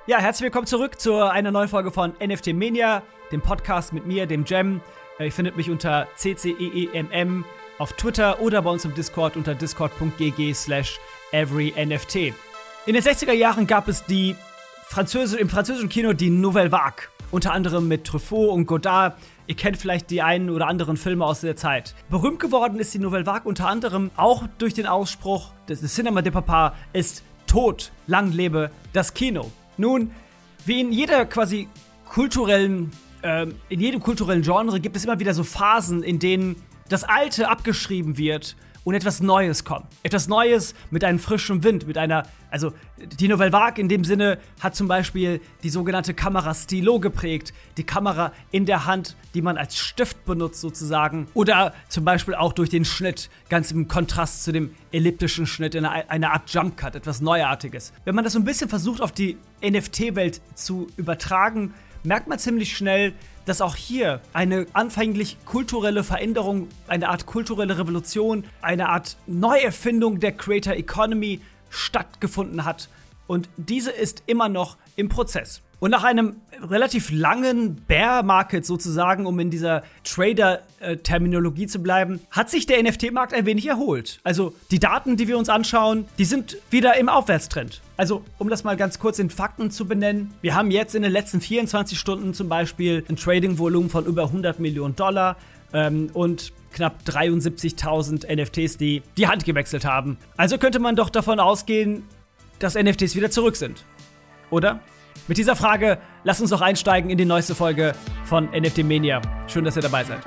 Ja, herzlich willkommen zurück zu einer neuen Folge von NFT Mania, dem Podcast mit mir, dem Jem. Ihr findet mich unter CCEEMM auf Twitter oder bei uns im Discord unter discord.gg/everynft. In den 60er Jahren gab es im französischen Kino die Nouvelle Vague, unter anderem mit Truffaut und Godard. Ihr kennt vielleicht die einen oder anderen Filme aus der Zeit. Berühmt geworden ist die Nouvelle Vague unter anderem auch durch den Ausspruch, das Cinema de Papa ist tot, lang lebe das Kino. Nun, wie in jedem kulturellen Genre gibt es immer wieder so Phasen, in denen das Alte abgeschrieben wird und etwas Neues kommt. Etwas Neues mit einem frischen Wind, die Nouvelle Vague in dem Sinne hat zum Beispiel die sogenannte Kamera Stylo geprägt, die Kamera in der Hand, die man als Stift benutzt sozusagen, oder zum Beispiel auch durch den Schnitt, ganz im Kontrast zu dem elliptischen Schnitt in einer Art Jump Cut, etwas Neuartiges. Wenn man das so ein bisschen versucht auf die NFT-Welt zu übertragen, merkt man ziemlich schnell, dass auch hier eine anfänglich kulturelle Veränderung, eine Art kulturelle Revolution, eine Art Neuerfindung der Creator Economy stattgefunden hat. Und diese ist immer noch im Prozess. Und nach einem relativ langen Bear Market sozusagen, um in dieser Trader-Terminologie zu bleiben, hat sich der NFT-Markt ein wenig erholt. Also die Daten, die wir uns anschauen, die sind wieder im Aufwärtstrend. Also um das mal ganz kurz in Fakten zu benennen, wir haben jetzt in den letzten 24 Stunden zum Beispiel ein Trading-Volumen von über $100 Millionen und knapp 73.000 NFTs, die die Hand gewechselt haben. Also könnte man doch davon ausgehen, dass NFTs wieder zurück sind. Oder? Mit dieser Frage lasst uns doch einsteigen in die neueste Folge von NFT Mania. Schön, dass ihr dabei seid.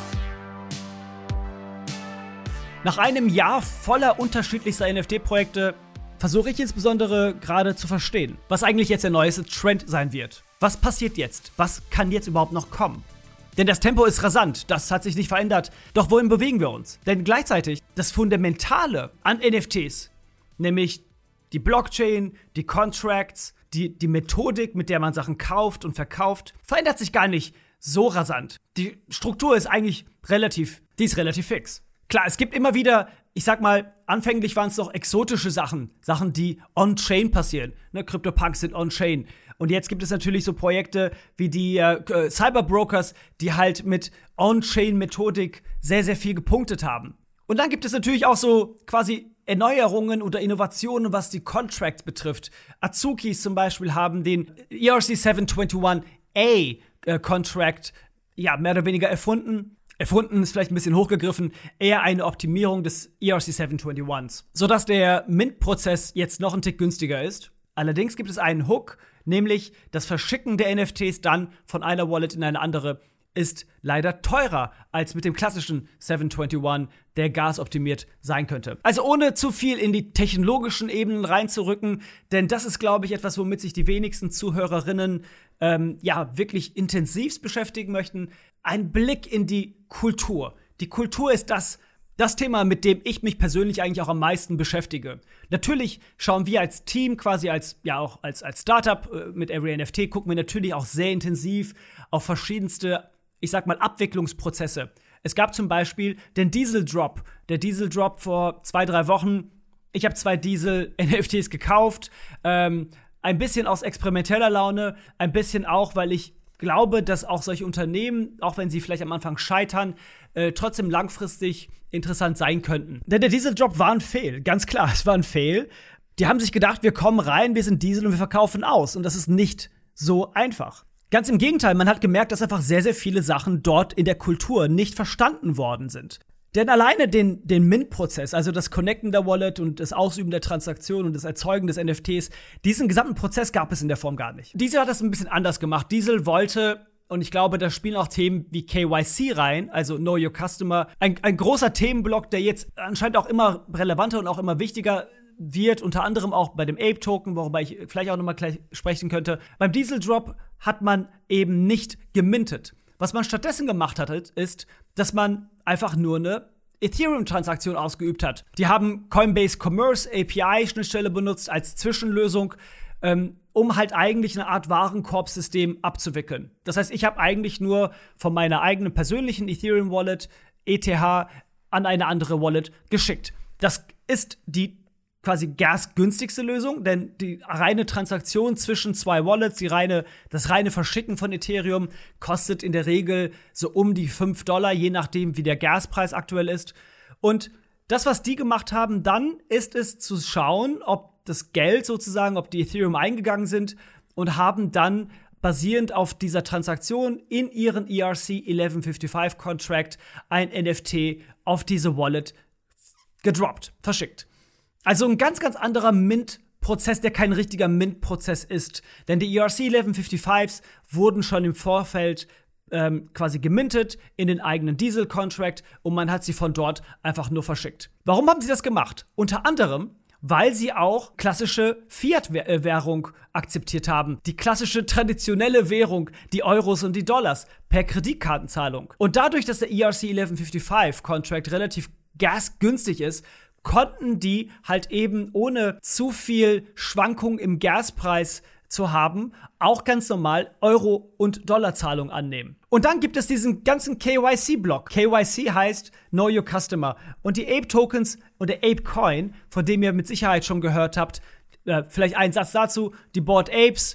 Nach einem Jahr voller unterschiedlichster NFT-Projekte versuche ich insbesondere gerade zu verstehen, was eigentlich jetzt der neueste Trend sein wird. Was passiert jetzt? Was kann jetzt überhaupt noch kommen? Denn das Tempo ist rasant, das hat sich nicht verändert. Doch wohin bewegen wir uns? Denn gleichzeitig das Fundamentale an NFTs, nämlich die Blockchain, die Contracts, die Methodik, mit der man Sachen kauft und verkauft, verändert sich gar nicht so rasant. Die Struktur ist eigentlich relativ fix. Klar, es gibt immer wieder, ich sag mal, anfänglich waren es doch exotische Sachen, die on-chain passieren. CryptoPunks sind on-chain. Und jetzt gibt es natürlich so Projekte wie die Cyberbrokers, die halt mit On-Chain-Methodik sehr, sehr viel gepunktet haben. Und dann gibt es natürlich auch so quasi Erneuerungen oder Innovationen, was die Contracts betrifft. Azukis zum Beispiel haben den ERC-721A-Contract mehr oder weniger erfunden. Erfunden ist vielleicht ein bisschen hochgegriffen, eher eine Optimierung des ERC-721s, sodass der Mint-Prozess jetzt noch ein Tick günstiger ist. Allerdings gibt es einen Hook, nämlich das Verschicken der NFTs dann von einer Wallet in eine andere ist leider teurer als mit dem klassischen 721, der gasoptimiert sein könnte. Also ohne zu viel in die technologischen Ebenen reinzurücken, denn das ist, glaube ich, etwas, womit sich die wenigsten Zuhörerinnen wirklich intensivst beschäftigen möchten. Ein Blick in die Kultur. Die Kultur ist das Thema, mit dem ich mich persönlich eigentlich auch am meisten beschäftige. Natürlich schauen wir als Team, quasi als Startup mit Every NFT, gucken wir natürlich auch sehr intensiv auf verschiedenste, ich sag mal, Abwicklungsprozesse. Es gab zum Beispiel den Diesel Drop. Der Diesel Drop vor 2-3 Wochen. Ich habe 2 Diesel-NFTs gekauft. Ein bisschen aus experimenteller Laune, ein bisschen auch, weil ich glaube, dass auch solche Unternehmen, auch wenn sie vielleicht am Anfang scheitern, trotzdem langfristig interessant sein könnten. Denn der Diesel Drop war ein Fail. Ganz klar, es war ein Fail. Die haben sich gedacht, wir kommen rein, wir sind Diesel und wir verkaufen aus. Und das ist nicht so einfach. Ganz im Gegenteil, man hat gemerkt, dass einfach sehr, sehr viele Sachen dort in der Kultur nicht verstanden worden sind. Denn alleine den Mint-Prozess, also das Connecten der Wallet und das Ausüben der Transaktion und das Erzeugen des NFTs, diesen gesamten Prozess gab es in der Form gar nicht. Diesel hat das ein bisschen anders gemacht. Diesel wollte, und ich glaube, da spielen auch Themen wie KYC rein, also Know Your Customer, ein großer Themenblock, der jetzt anscheinend auch immer relevanter und auch immer wichtiger wird, unter anderem auch bei dem Ape-Token, worüber ich vielleicht auch nochmal gleich sprechen könnte. Beim Diesel-Drop hat man eben nicht gemintet. Was man stattdessen gemacht hat, ist, dass man einfach nur eine Ethereum-Transaktion ausgeübt hat. Die haben Coinbase Commerce API-Schnittstelle benutzt als Zwischenlösung, um halt eigentlich eine Art Warenkorbsystem abzuwickeln. Das heißt, ich habe eigentlich nur von meiner eigenen persönlichen Ethereum-Wallet ETH an eine andere Wallet geschickt. Das ist die quasi gasgünstigste Lösung, denn die reine Transaktion zwischen zwei Wallets, das reine Verschicken von Ethereum kostet in der Regel so um die $5, je nachdem, wie der Gaspreis aktuell ist. Und das, was die gemacht haben, dann ist es zu schauen, ob das Geld sozusagen, ob die Ethereum eingegangen sind und haben dann basierend auf dieser Transaktion in ihren ERC 1155 Contract ein NFT auf diese Wallet gedroppt, verschickt. Also ein ganz, ganz anderer Mint-Prozess, der kein richtiger Mint-Prozess ist. Denn die ERC 1155s wurden schon im Vorfeld quasi gemintet in den eigenen Diesel-Contract und man hat sie von dort einfach nur verschickt. Warum haben sie das gemacht? Unter anderem, weil sie auch klassische Fiat-Währung akzeptiert haben. Die klassische traditionelle Währung, die Euros und die Dollars per Kreditkartenzahlung. Und dadurch, dass der ERC 1155 Contract relativ gasgünstig ist, konnten die halt eben ohne zu viel Schwankung im Gaspreis zu haben, auch ganz normal Euro- und Dollarzahlung annehmen. Und dann gibt es diesen ganzen KYC-Block. KYC heißt Know Your Customer. Und die Ape-Tokens und der Ape-Coin, von dem ihr mit Sicherheit schon gehört habt, vielleicht einen Satz dazu, die Bored Apes,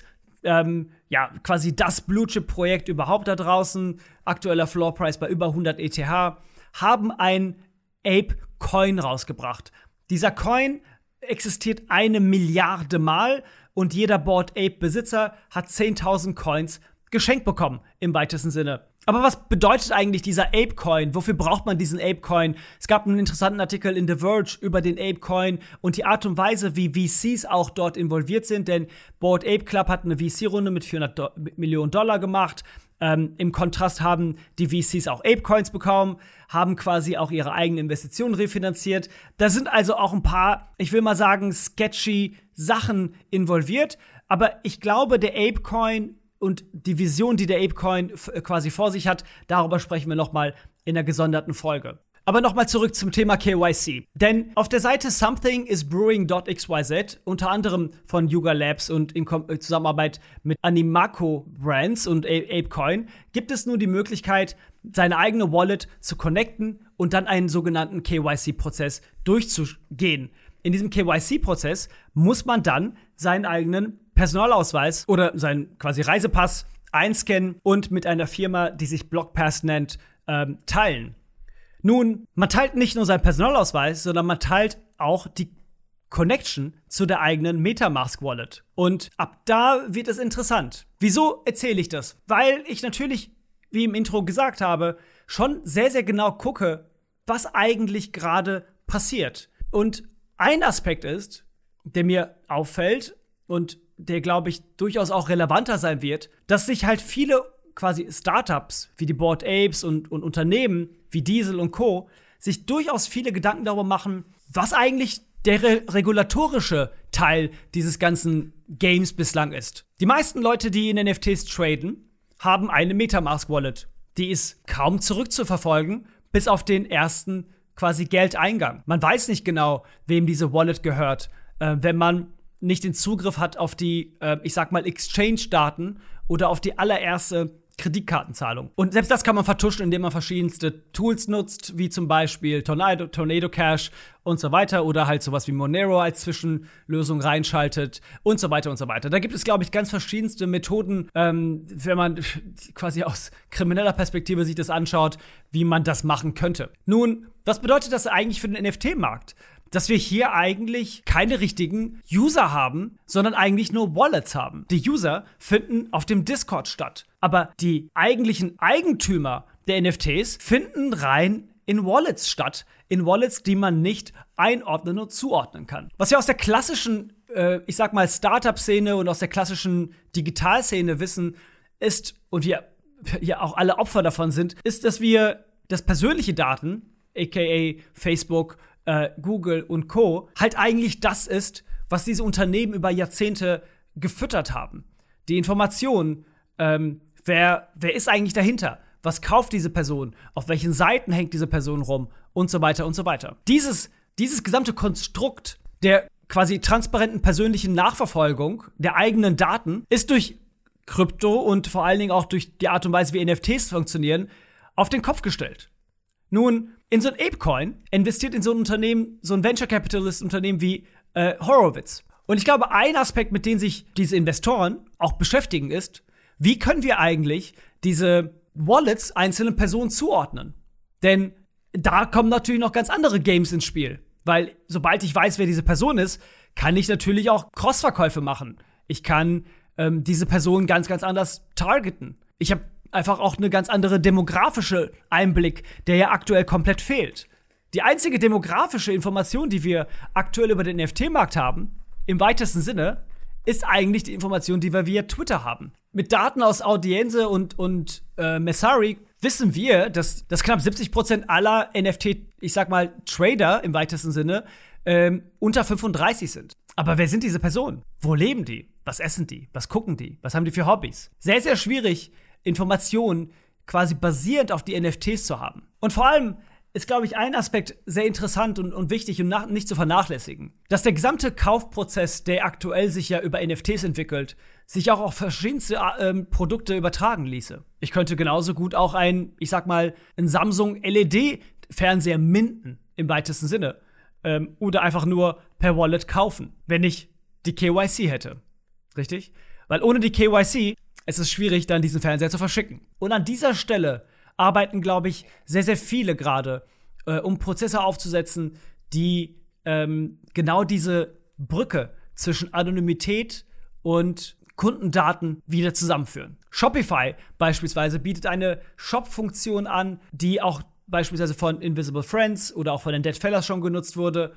quasi das Blue-Chip-Projekt überhaupt da draußen, aktueller Floor-Price bei über 100 ETH, haben ein Ape-Coin rausgebracht. Dieser Coin existiert 1 Milliarde Mal und jeder Bored Ape-Besitzer hat 10.000 Coins geschenkt bekommen, im weitesten Sinne. Aber was bedeutet eigentlich dieser Ape-Coin? Wofür braucht man diesen Ape-Coin? Es gab einen interessanten Artikel in The Verge über den Ape-Coin und die Art und Weise, wie VCs auch dort involviert sind, denn Bored Ape Club hat eine VC-Runde mit $400 Millionen gemacht. Im Kontrast haben die VCs auch Ape-Coins bekommen, haben quasi auch ihre eigenen Investitionen refinanziert. Da sind also auch ein paar, ich will mal sagen, sketchy Sachen involviert. Aber ich glaube, der Ape-Coin und die Vision, die der Ape-Coin quasi vor sich hat, darüber sprechen wir noch mal in einer gesonderten Folge. Aber nochmal zurück zum Thema KYC. Denn auf der Seite somethingisbrewing.xyz, unter anderem von Yuga Labs und in Zusammenarbeit mit Animaco Brands und ApeCoin, gibt es nun die Möglichkeit, seine eigene Wallet zu connecten und dann einen sogenannten KYC-Prozess durchzugehen. In diesem KYC-Prozess muss man dann seinen eigenen Personalausweis oder seinen quasi Reisepass einscannen und mit einer Firma, die sich Blockpass nennt, teilen. Nun, man teilt nicht nur seinen Personalausweis, sondern man teilt auch die Connection zu der eigenen MetaMask-Wallet. Und ab da wird es interessant. Wieso erzähle ich das? Weil ich natürlich, wie im Intro gesagt habe, schon sehr, sehr genau gucke, was eigentlich gerade passiert. Und ein Aspekt ist, der mir auffällt und der, glaube ich, durchaus auch relevanter sein wird, dass sich halt viele quasi Startups wie die Bored Apes und Unternehmen wie Diesel und Co. sich durchaus viele Gedanken darüber machen, was eigentlich der regulatorische Teil dieses ganzen Games bislang ist. Die meisten Leute, die in NFTs traden, haben eine MetaMask-Wallet. Die ist kaum zurückzuverfolgen, bis auf den ersten quasi Geldeingang. Man weiß nicht genau, wem diese Wallet gehört, wenn man nicht den Zugriff hat auf die, ich sag mal, Exchange-Daten oder auf die allererste Kreditkartenzahlung. Und selbst das kann man vertuschen, indem man verschiedenste Tools nutzt, wie zum Beispiel Tornado Cash und so weiter oder halt sowas wie Monero als Zwischenlösung reinschaltet und so weiter und so weiter. Da gibt es, glaube ich, ganz verschiedenste Methoden, wenn man quasi aus krimineller Perspektive sich das anschaut, wie man das machen könnte. Nun, was bedeutet das eigentlich für den NFT-Markt? Dass wir hier eigentlich keine richtigen User haben, sondern eigentlich nur Wallets haben. Die User finden auf dem Discord statt. Aber die eigentlichen Eigentümer der NFTs finden rein in Wallets statt. In Wallets, die man nicht einordnen und zuordnen kann. Was wir aus der klassischen, ich sag mal, Startup-Szene und aus der klassischen Digitalszene wissen, ist, und wir ja auch alle Opfer davon sind, ist, dass persönliche Daten, aka Facebook, Google und Co. halt eigentlich das ist, was diese Unternehmen über Jahrzehnte gefüttert haben. Die Information, wer ist eigentlich dahinter? Was kauft diese Person? Auf welchen Seiten hängt diese Person rum? Und so weiter und so weiter. Dieses gesamte Konstrukt der quasi transparenten persönlichen Nachverfolgung der eigenen Daten ist durch Krypto und vor allen Dingen auch durch die Art und Weise, wie NFTs funktionieren, auf den Kopf gestellt. Nun, in so ein Apecoin investiert in so ein Unternehmen, so ein Venture Capitalist Unternehmen wie Horowitz. Und ich glaube, ein Aspekt, mit dem sich diese Investoren auch beschäftigen, ist, wie können wir eigentlich diese Wallets einzelnen Personen zuordnen? Denn da kommen natürlich noch ganz andere Games ins Spiel. Weil sobald ich weiß, wer diese Person ist, kann ich natürlich auch Crossverkäufe machen. Ich kann diese Person ganz, ganz anders targeten. Ich habe einfach auch eine ganz andere demografische Einblick, der ja aktuell komplett fehlt. Die einzige demografische Information, die wir aktuell über den NFT-Markt haben, im weitesten Sinne, ist eigentlich die Information, die wir via Twitter haben. Mit Daten aus Audiense und Messari wissen wir, dass knapp 70% aller NFT, ich sag mal, Trader im weitesten Sinne, unter 35 sind. Aber wer sind diese Personen? Wo leben die? Was essen die? Was gucken die? Was haben die für Hobbys? Sehr, sehr schwierig, Informationen quasi basierend auf die NFTs zu haben. Und vor allem ist, glaube ich, ein Aspekt sehr interessant und wichtig und nicht zu vernachlässigen. Dass der gesamte Kaufprozess, der aktuell sich ja über NFTs entwickelt, sich auch auf verschiedenste Produkte übertragen ließe. Ich könnte genauso gut auch ein Samsung LED-Fernseher minden, im weitesten Sinne. Oder einfach nur per Wallet kaufen, wenn ich die KYC hätte. Richtig? Weil ohne die KYC ist es schwierig, dann diesen Fernseher zu verschicken. Und an dieser Stelle arbeiten, glaube ich, sehr, sehr viele gerade, um Prozesse aufzusetzen, die genau diese Brücke zwischen Anonymität und Kundendaten wieder zusammenführen. Shopify beispielsweise bietet eine Shop-Funktion an, die auch beispielsweise von Invisible Friends oder auch von den Dead Fellas schon genutzt wurde,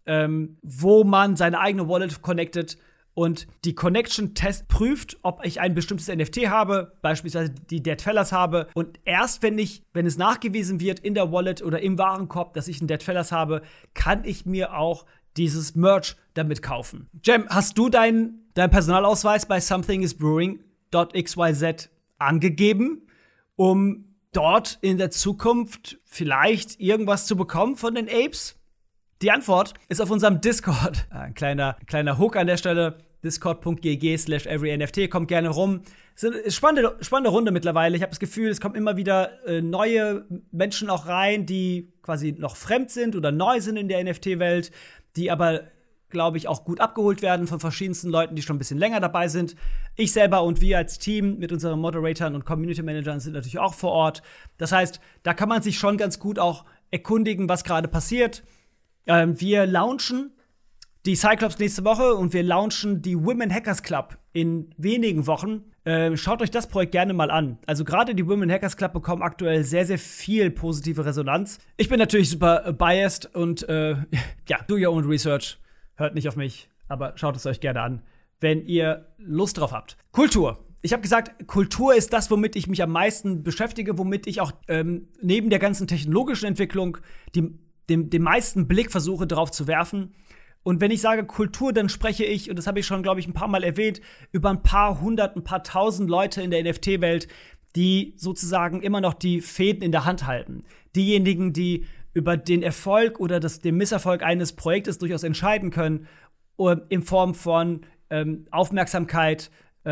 wo man seine eigene Wallet connectet und die Connection-Test prüft, ob ich ein bestimmtes NFT habe, beispielsweise die Dead Fellas habe. Und erst wenn es nachgewiesen wird in der Wallet oder im Warenkorb, dass ich einen Dead Fellas habe, kann ich mir auch dieses Merch damit kaufen. Jem, hast du deinen Personalausweis bei somethingisbrewing.xyz angegeben, um dort in der Zukunft vielleicht irgendwas zu bekommen von den Apes? Die Antwort ist auf unserem Discord. Ein kleiner Hook an der Stelle. Discord.gg/everynft. Kommt gerne rum. Es ist eine spannende Runde mittlerweile. Ich habe das Gefühl, es kommen immer wieder neue Menschen auch rein, die quasi noch fremd sind oder neu sind in der NFT-Welt, die aber, glaube ich, auch gut abgeholt werden von verschiedensten Leuten, die schon ein bisschen länger dabei sind. Ich selber und wir als Team mit unseren Moderatoren und Community Managern sind natürlich auch vor Ort. Das heißt, da kann man sich schon ganz gut auch erkundigen, was gerade passiert. Wir launchen die Cyclops nächste Woche und wir launchen die Women Hackers Club in wenigen Wochen. Schaut euch das Projekt gerne mal an. Also gerade die Women Hackers Club bekommen aktuell sehr, sehr viel positive Resonanz. Ich bin natürlich super biased und do your own research. Hört nicht auf mich, aber schaut es euch gerne an, wenn ihr Lust drauf habt. Kultur. Ich habe gesagt, Kultur ist das, womit ich mich am meisten beschäftige, womit ich auch neben der ganzen technologischen Entwicklung den meisten Blick versuche drauf zu werfen. Und wenn ich sage Kultur, dann spreche ich, und das habe ich schon, glaube ich, ein paar Mal erwähnt, über ein paar hundert, ein paar tausend Leute in der NFT-Welt, die sozusagen immer noch die Fäden in der Hand halten. Diejenigen, die über den Erfolg oder den Misserfolg eines Projektes durchaus entscheiden können, in Form von Aufmerksamkeit,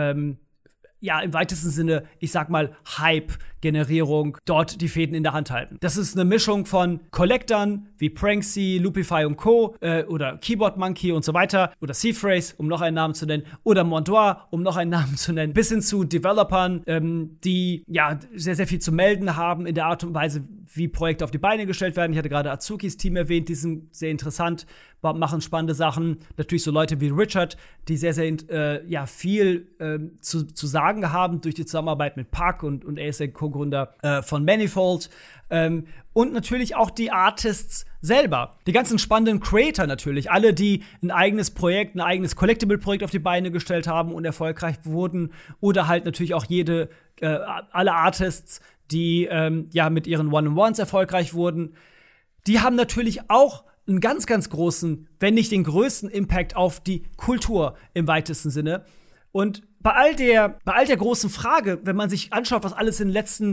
im weitesten Sinne, ich sag mal, Hype-Generierung, dort die Fäden in der Hand halten. Das ist eine Mischung von Collectern wie Pranksy, Loopify und Co. Oder Keyboard Monkey und so weiter. Oder Seaphrase, um noch einen Namen zu nennen. Oder Mondoir, um noch einen Namen zu nennen. Bis hin zu Developern, die sehr, sehr viel zu melden haben in der Art und Weise, wie Projekte auf die Beine gestellt werden. Ich hatte gerade Azukis Team erwähnt, die sind sehr interessant, machen spannende Sachen. Natürlich so Leute wie Richard, die sehr, sehr viel zu sagen haben durch die Zusammenarbeit mit Puck und er ist der Co-Gründer von Manifold. Und natürlich auch die Artists selber. Die ganzen spannenden Creator natürlich. Alle, die ein eigenes Projekt, ein eigenes Collectible-Projekt auf die Beine gestellt haben und erfolgreich wurden. Oder halt natürlich auch alle Artists, die mit ihren One-on-Ones erfolgreich wurden. Die haben natürlich auch einen ganz, ganz großen, wenn nicht den größten Impact auf die Kultur im weitesten Sinne. Und bei all der großen Frage, wenn man sich anschaut, was alles in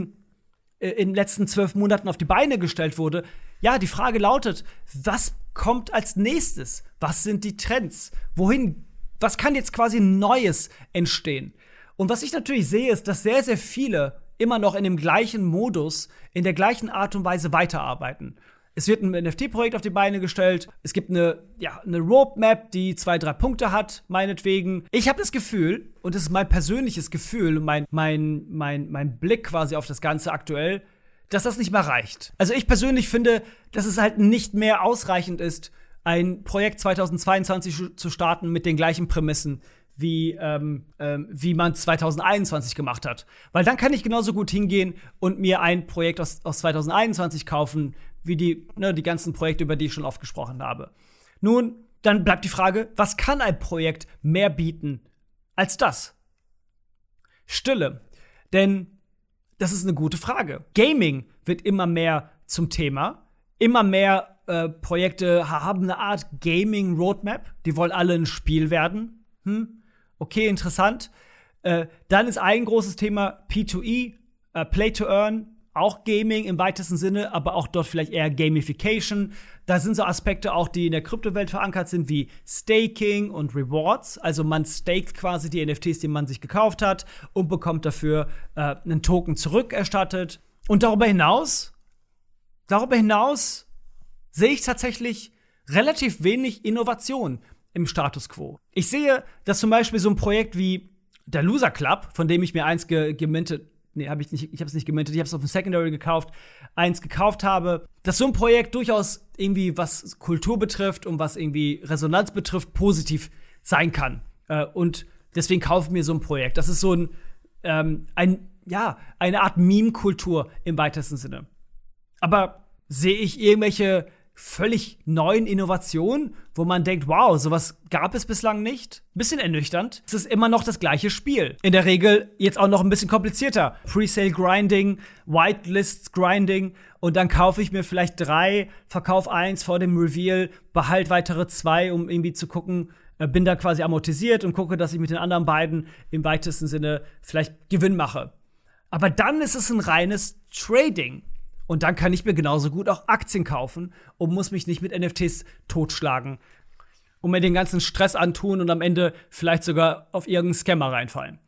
den letzten 12 Monaten auf die Beine gestellt wurde, die Frage lautet, was kommt als nächstes? Was sind die Trends? Was kann jetzt quasi Neues entstehen? Und was ich natürlich sehe, ist, dass sehr, sehr viele immer noch in dem gleichen Modus, in der gleichen Art und Weise weiterarbeiten. Es wird ein NFT-Projekt auf die Beine gestellt. Es gibt eine Roadmap, die 2, 3 Punkte hat, meinetwegen. Ich habe das Gefühl, und das ist mein persönliches Gefühl, mein Blick quasi auf das Ganze aktuell, dass das nicht mehr reicht. Also ich persönlich finde, dass es halt nicht mehr ausreichend ist, ein Projekt 2022 zu starten mit den gleichen Prämissen, wie man es 2021 gemacht hat. Weil dann kann ich genauso gut hingehen und mir ein Projekt aus 2021 kaufen, wie die ganzen Projekte, über die ich schon oft gesprochen habe. Nun, dann bleibt die Frage, was kann ein Projekt mehr bieten als das? Stille. Denn das ist eine gute Frage. Gaming wird immer mehr zum Thema. Immer mehr Projekte haben eine Art Gaming-Roadmap. Die wollen alle ein Spiel werden. Okay, interessant. Dann ist ein großes Thema P2E, Play to Earn, auch Gaming im weitesten Sinne, aber auch dort vielleicht eher Gamification. Da sind so Aspekte auch, die in der Kryptowelt verankert sind, wie Staking und Rewards. Also man staked quasi die NFTs, die man sich gekauft hat und bekommt dafür einen Token zurückerstattet. Und darüber hinaus sehe ich tatsächlich relativ wenig Innovation im Status quo. Ich sehe, dass zum Beispiel so ein Projekt wie der Loser Club, von dem ich mir eins gemintet, ich habe es nicht gemintet, ich habe es auf dem Secondary gekauft, eins gekauft habe, dass so ein Projekt durchaus irgendwie, was Kultur betrifft und was irgendwie Resonanz betrifft, positiv sein kann. Und deswegen kaufe ich mir so ein Projekt. Das ist so eine Art Meme-Kultur im weitesten Sinne. Aber sehe ich irgendwelche völlig neuen Innovationen, wo man denkt, wow, sowas gab es bislang nicht? Ein bisschen ernüchternd. Es ist immer noch das gleiche Spiel. In der Regel jetzt auch noch ein bisschen komplizierter. Presale Grinding, Whitelists Grinding und dann kaufe ich mir vielleicht 3, verkauf 1 vor dem Reveal, behalt weitere 2, um irgendwie zu gucken, bin da quasi amortisiert und gucke, dass ich mit den anderen beiden im weitesten Sinne vielleicht Gewinn mache. Aber dann ist es ein reines Trading. Und dann kann ich mir genauso gut auch Aktien kaufen und muss mich nicht mit NFTs totschlagen und mir den ganzen Stress antun und am Ende vielleicht sogar auf irgendeinen Scammer reinfallen.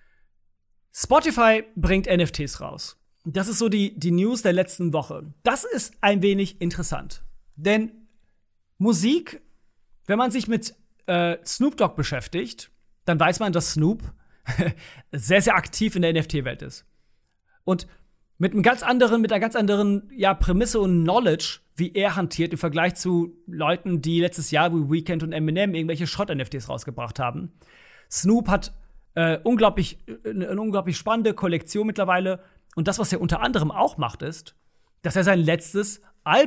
Spotify bringt NFTs raus. Das ist so die News der letzten Woche. Das ist ein wenig interessant. Denn Musik, wenn man sich mit Snoop Dogg beschäftigt, dann weiß man, dass Snoop sehr, sehr aktiv in der NFT-Welt ist. Und mit einer ganz anderen Prämisse und Knowledge, wie er hantiert im Vergleich zu Leuten, die letztes Jahr wie Weeknd und Eminem irgendwelche Schrott-NFTs rausgebracht haben. Snoop hat eine unglaublich spannende Kollektion mittlerweile. Und das, was er unter anderem auch macht, ist, dass er sein neuestes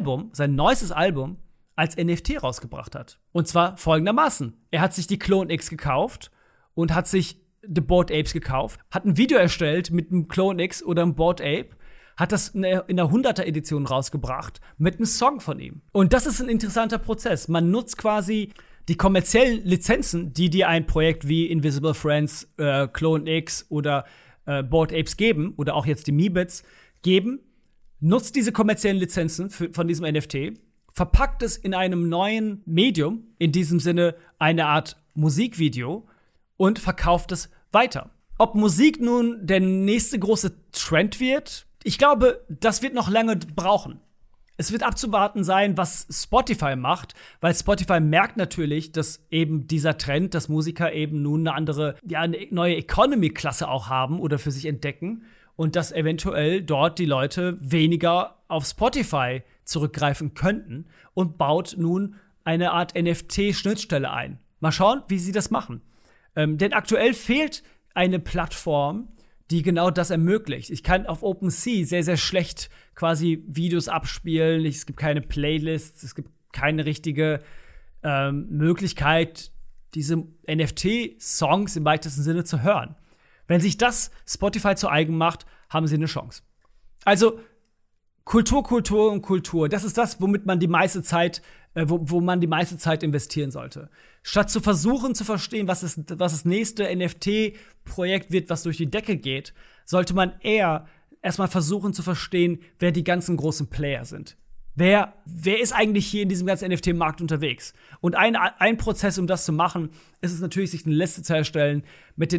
Album als NFT rausgebracht hat. Und zwar folgendermaßen. Er hat sich die Clone X gekauft und hat sich The Bored Apes gekauft, hat ein Video erstellt mit einem Clone X oder einem Bored Ape, hat das in der 100er-Edition rausgebracht mit einem Song von ihm. Und das ist ein interessanter Prozess. Man nutzt quasi die kommerziellen Lizenzen, die dir ein Projekt wie Invisible Friends, Clone X oder Bored Apes geben, oder auch jetzt die Meebits geben, nutzt diese kommerziellen Lizenzen von diesem NFT, verpackt es in einem neuen Medium, in diesem Sinne eine Art Musikvideo, und verkauft es weiter. Ob Musik nun der nächste große Trend wird, ich glaube, das wird noch lange brauchen. Es wird abzuwarten sein, was Spotify macht, weil Spotify merkt natürlich, dass eben dieser Trend, dass Musiker eben nun eine neue Economy-Klasse auch haben oder für sich entdecken und dass eventuell dort die Leute weniger auf Spotify zurückgreifen könnten und baut nun eine Art NFT-Schnittstelle ein. Mal schauen, wie sie das machen. Denn aktuell fehlt eine Plattform, die genau das ermöglicht. Ich kann auf OpenSea sehr, sehr schlecht quasi Videos abspielen. Es gibt keine Playlists, es gibt keine richtige Möglichkeit, diese NFT-Songs im weitesten Sinne zu hören. Wenn sich das Spotify zu eigen macht, haben sie eine Chance. Also Kultur, Kultur und Kultur. Das ist das, womit man die meiste Zeit, wo man die meiste Zeit investieren sollte. Statt zu versuchen zu verstehen, was das nächste NFT-Projekt wird, was durch die Decke geht, sollte man eher erstmal versuchen zu verstehen, wer die ganzen großen Player sind. Wer ist eigentlich hier in diesem ganzen NFT-Markt unterwegs? Und ein Prozess, um das zu machen, ist es natürlich, sich eine Liste zu erstellen mit den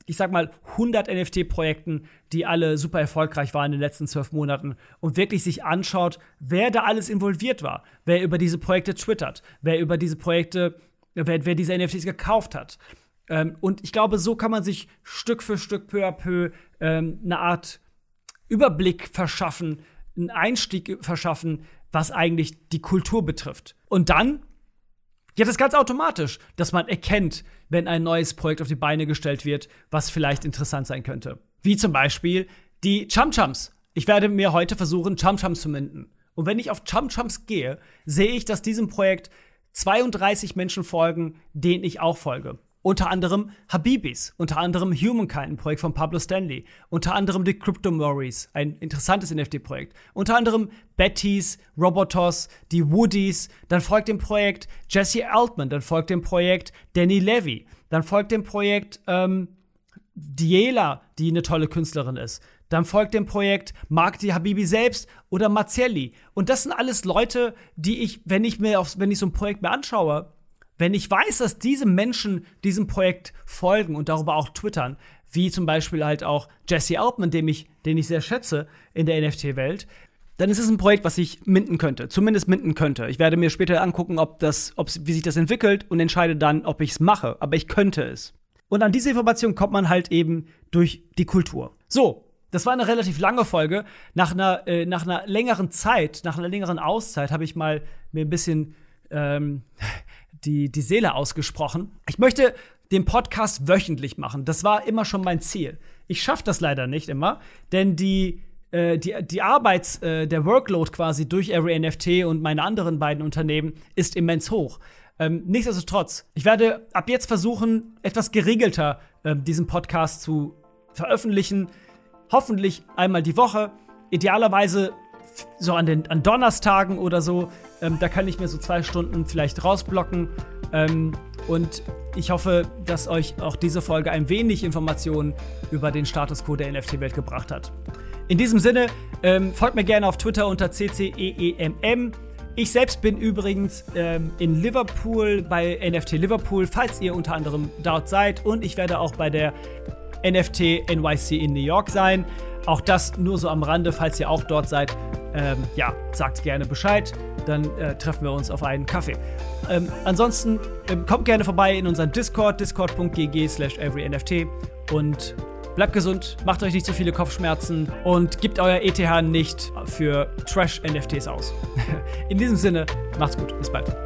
ich sag mal, 100 NFT-Projekten, die alle super erfolgreich waren in den letzten 12 Monaten und wirklich sich anschaut, wer da alles involviert war, wer über diese Projekte twittert, wer über diese Projekte, wer diese NFTs gekauft hat. Und ich glaube, so kann man sich Stück für Stück, peu à peu, eine Art Überblick verschaffen, einen Einstieg verschaffen, was eigentlich die Kultur betrifft. Und dann geht es ganz automatisch, dass man erkennt, wenn ein neues Projekt auf die Beine gestellt wird, was vielleicht interessant sein könnte. Wie zum Beispiel die Chum-Chums. Ich werde mir heute versuchen, Chum-Chums zu minden. Und wenn ich auf Chum-Chums gehe, sehe ich, dass diesem Projekt 32 Menschen folgen, denen ich auch folge. Unter anderem Habibis, unter anderem Humankind, ein Projekt von Pablo Stanley, unter anderem die Cryptomories, ein interessantes NFT-Projekt, unter anderem Bettys, Robotos, die Woodies, dann folgt dem Projekt Jesse Altman, dann folgt dem Projekt Danny Levy, dann folgt dem Projekt Diela, die eine tolle Künstlerin ist, dann folgt dem Projekt Mark die Habibi selbst oder Marcelli. Und das sind alles Leute, die ich, wenn ich so ein Projekt mir anschaue, wenn ich weiß, dass diese Menschen diesem Projekt folgen und darüber auch twittern, wie zum Beispiel halt auch Jesse Altman, den ich sehr schätze in der NFT-Welt, dann ist es ein Projekt, was ich minden könnte. Zumindest minden könnte. Ich werde mir später angucken, wie sich das entwickelt und entscheide dann, ob ich es mache. Aber ich könnte es. Und an diese Information kommt man halt eben durch die Kultur. So, das war eine relativ lange Folge. Nach einer längeren Zeit, nach einer längeren Auszeit, habe ich mal mir ein bisschen die Seele ausgesprochen. Ich möchte den Podcast wöchentlich machen. Das war immer schon mein Ziel. Ich schaffe das leider nicht immer, denn der Workload quasi durch Every NFT und meine anderen beiden Unternehmen ist immens hoch. Nichtsdestotrotz, ich werde ab jetzt versuchen, etwas geregelter diesen Podcast zu veröffentlichen. Hoffentlich einmal die Woche. Idealerweise so an Donnerstagen oder so. Da kann ich mir so 2 Stunden vielleicht rausblocken. Und ich hoffe, dass euch auch diese Folge ein wenig Informationen über den Status quo der NFT-Welt gebracht hat. In diesem Sinne, folgt mir gerne auf Twitter unter CCEEMM. Ich selbst bin übrigens in Liverpool bei NFT Liverpool, falls ihr unter anderem dort seid. Und ich werde auch bei der NFT NYC in New York sein. Auch das nur so am Rande, falls ihr auch dort seid. Sagt gerne Bescheid. Dann treffen wir uns auf einen Kaffee. Ansonsten kommt gerne vorbei in unseren Discord, discord.gg/everynft. Und bleibt gesund, macht euch nicht so viele Kopfschmerzen und gebt euer ETH nicht für Trash-NFTs aus. In diesem Sinne, macht's gut, bis bald.